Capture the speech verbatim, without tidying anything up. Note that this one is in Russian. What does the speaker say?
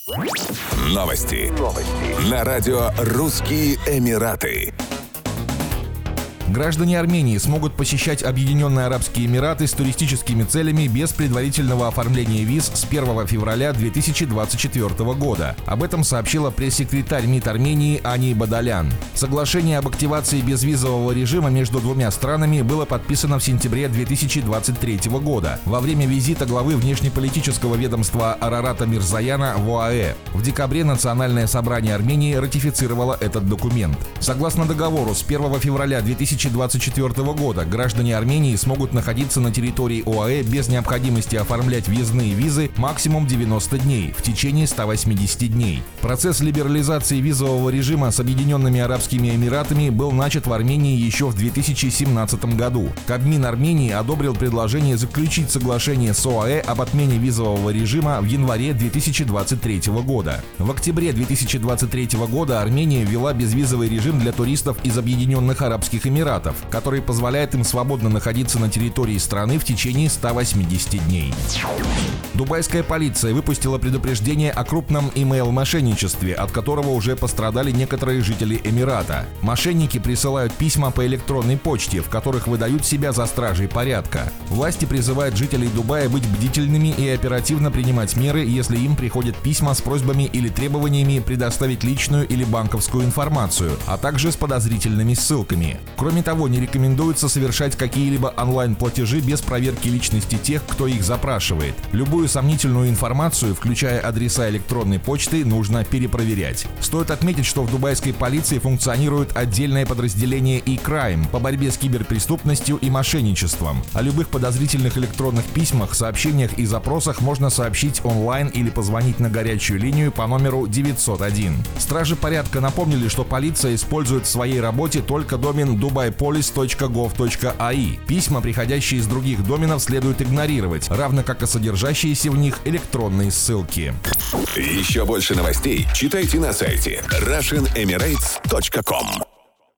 Новости. Новости. На радио «Русские Эмираты». Граждане Армении смогут посещать Объединенные Арабские Эмираты с туристическими целями без предварительного оформления виз с первого февраля две тысячи двадцать четвёртого года. Об этом сообщила пресс-секретарь МИД Армении Ани Бадалян. Соглашение об активации безвизового режима между двумя странами было подписано в сентябре две тысячи двадцать третьего года во время визита главы внешнеполитического ведомства Арарата Мирзояна в ОАЭ. В декабре Национальное собрание Армении ратифицировало этот документ. Согласно договору, с первого февраля две тысячи двадцать четвёртого года граждане Армении смогут находиться на территории ОАЭ без необходимости оформлять въездные визы максимум девяносто дней в течение ста восьмидесяти дней. Процесс либерализации визового режима с Объединенными Арабскими Эмиратами был начат в Армении еще в две тысячи семнадцатом году. Кабмин Армении одобрил предложение заключить соглашение с ОАЭ об отмене визового режима в январе две тысячи двадцать третьего года. В октябре две тысячи двадцать третьего года Армения ввела безвизовый режим для туристов из Объединенных Арабских Эмиратов, который позволяет им свободно находиться на территории страны в течение ста восьмидесяти дней. Дубайская полиция выпустила предупреждение о крупном имейл-мошенничестве, от которого уже пострадали некоторые жители Эмирата. Мошенники присылают письма по электронной почте, в которых выдают себя за стражей порядка. Власти призывают жителей Дубая быть бдительными и оперативно принимать меры, если им приходят письма с просьбами или требованиями предоставить личную или банковскую информацию, а также с подозрительными ссылками. Кроме того, не рекомендуется совершать какие-либо онлайн-платежи без проверки личности тех, кто их запрашивает. Любую сомнительную информацию, включая адреса электронной почты, нужно перепроверять. Стоит отметить, что в дубайской полиции функционирует отдельное подразделение e-crime по борьбе с киберпреступностью и мошенничеством. О любых подозрительных электронных письмах, сообщениях и запросах можно сообщить онлайн или позвонить на горячую линию по номеру девятьсот один. Стражи порядка напомнили, что полиция использует в своей работе только домен dubai police точка gov точка ай. Письма, приходящие из других доменов, следует игнорировать, равно как и содержащиеся в них электронные ссылки. Еще больше новостей читайте на сайте russian emirates точка ком.